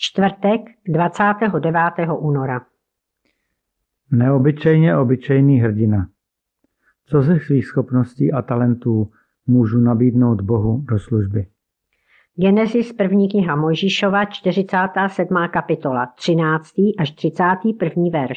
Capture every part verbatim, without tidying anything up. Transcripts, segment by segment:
Čtvrtek dvacátého devátého února. Neobyčejně obyčejný hrdina. Co ze svých schopností a talentů můžu nabídnout Bohu do služby? Genesis, první kniha Mojžíšova, čtyřicátá sedmá kapitola, třináctý až třicátý první verš.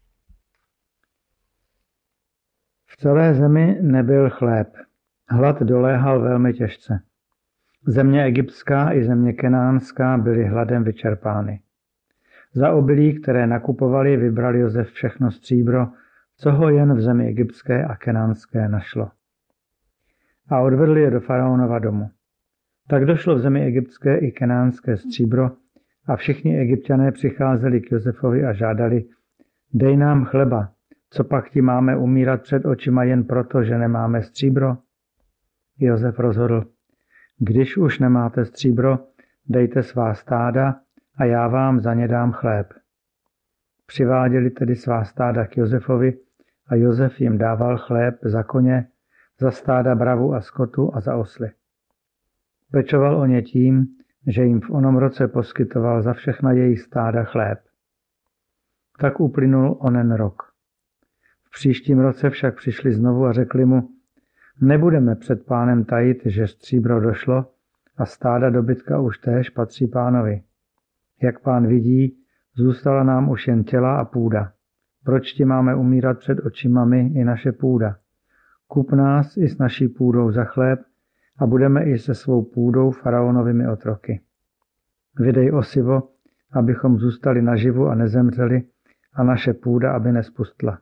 V celé zemi nebyl chléb. Hlad doléhal velmi těžce. Země egyptská i země kenánská byly hladem vyčerpány. Za obilí, které nakupovali, vybral Josef všechno stříbro, co ho jen v zemi egyptské a kenánské našlo. A odvedl je do faraonova domu. Tak došlo v zemi egyptské i kenánské stříbro a všichni Egypťané přicházeli k Josefovi a žádali: dej nám chleba, co pak ti máme umírat před očima jen proto, že nemáme stříbro? Josef rozhodl: když už nemáte stříbro, dejte svá stáda a já vám za ně dám chléb. Přiváděli tedy svá stáda k Josefovi a Josef jim dával chléb za koně, za stáda bravu a skotu a za osly. Pečoval o ně tím, že jim v onom roce poskytoval za všechna jejich stáda chléb. Tak uplynul onen rok. V příštím roce však přišli znovu a řekli mu: nebudeme před pánem tajit, že stříbro došlo a stáda dobytka už též patří pánovi. Jak pán vidí, zůstala nám už jen těla a půda. Proč ti máme umírat před očima my i naše půda? Kup nás i s naší půdou za chléb a budeme i se svou půdou faraonovými otroky. Vydej osivo, abychom zůstali naživu a nezemřeli, a naše půda, aby nespustla.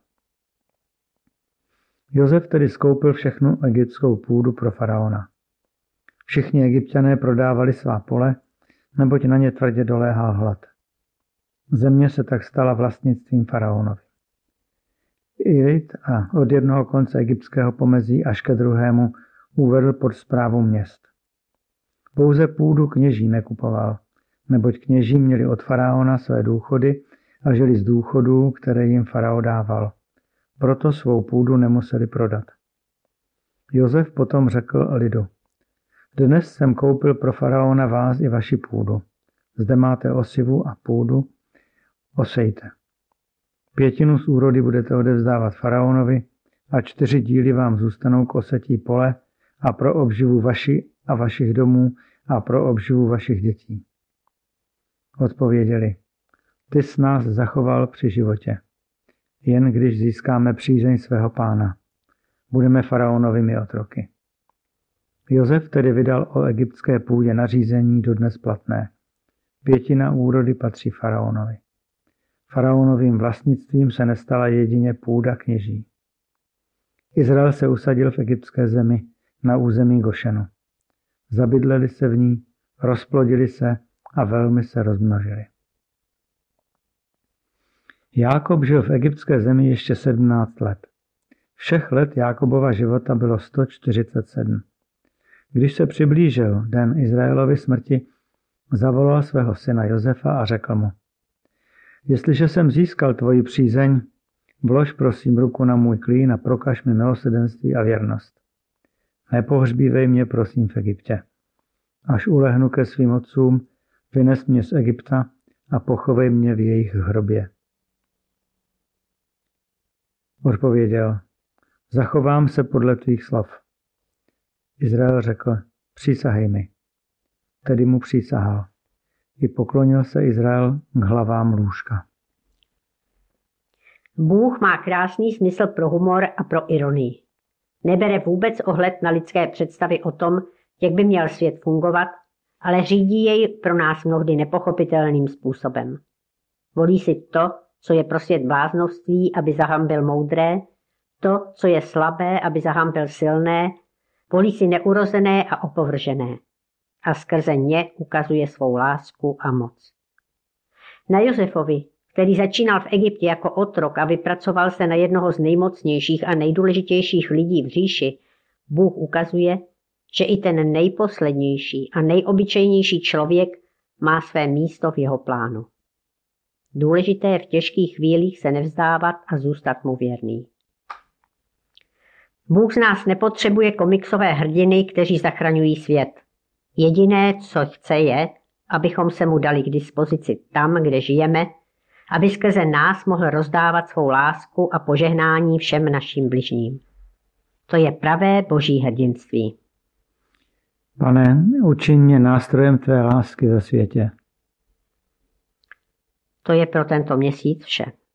Josef tedy skoupil všechnu egyptskou půdu pro faraona. Všichni Egypťané prodávali svá pole, neboť na ně tvrdě doléhal hlad. Země se tak stala vlastnictvím faraonovi. Irit a od jednoho konce egyptského pomezí až ke druhému uvedl pod správu měst. Pouze půdu kněží nekupoval, neboť kněží měli od faraona své důchody a žili z důchodů, které jim farao dával. Proto svou půdu nemuseli prodat. Josef potom řekl lidu: dnes jsem koupil pro faraona vás i vaši půdu. Zde máte osivu a půdu, osejte. Pětinu z úrody budete odevzdávat faraonovi a čtyři díly vám zůstanou k osetí pole a pro obživu vaši a vašich domů a pro obživu vašich dětí. Odpověděli: ty jsi nás zachoval při životě. Jen když získáme přízeň svého pána, budeme faraonovými otroky. Josef tedy vydal o egyptské půdě nařízení dodnes platné. Pětina úrody patří faraonovi. Faraonovým vlastnictvím se nestala jedině půda kněží. Izrael se usadil v egyptské zemi na území Gošenu. Zabydleli se v ní, rozplodili se a velmi se rozmnožili. Jákob žil v egyptské zemi ještě sedmnáct let. Všech let Jákobova života bylo sto čtyřicet sedm. Když se přiblížil den Izraelovy smrti, zavolal svého syna Josefa a řekl mu: jestliže jsem získal tvoji přízeň, vlož prosím ruku na můj klín a prokaž mi milosrdenství a věrnost. Nepohřbívej mě prosím v Egyptě. Až ulehnu ke svým otcům, vynes mě z Egypta a pochovej mě v jejich hrobě. Odpověděl: zachovám se podle tvých slov. Izrael řekl: přísahej mi. Tedy mu přísahal. I poklonil se Izrael k hlavám lůžka. Bůh má krásný smysl pro humor a pro ironii. Nebere vůbec ohled na lidské představy o tom, jak by měl svět fungovat, ale řídí jej pro nás mnohdy nepochopitelným způsobem. Volí si to, co je pro svět bláznoství, aby zahambil moudré, to, co je slabé, aby zahambil silné, volí si neurozené a opovržené. A skrze ně ukazuje svou lásku a moc. Na Josefovi, který začínal v Egyptě jako otrok a vypracoval se na jednoho z nejmocnějších a nejdůležitějších lidí v říši, Bůh ukazuje, že i ten nejposlednější a nejobyčejnější člověk má své místo v jeho plánu. Důležité je v těžkých chvílích se nevzdávat a zůstat mu věrný. Bůh z nás nepotřebuje komiksové hrdiny, kteří zachraňují svět. Jediné, co chce, je, abychom se mu dali k dispozici tam, kde žijeme, aby skrze nás mohl rozdávat svou lásku a požehnání všem našim bližním. To je pravé boží hrdinství. Pane, učiň mě nástrojem tvé lásky ve světě. To je pro tento měsíc vše.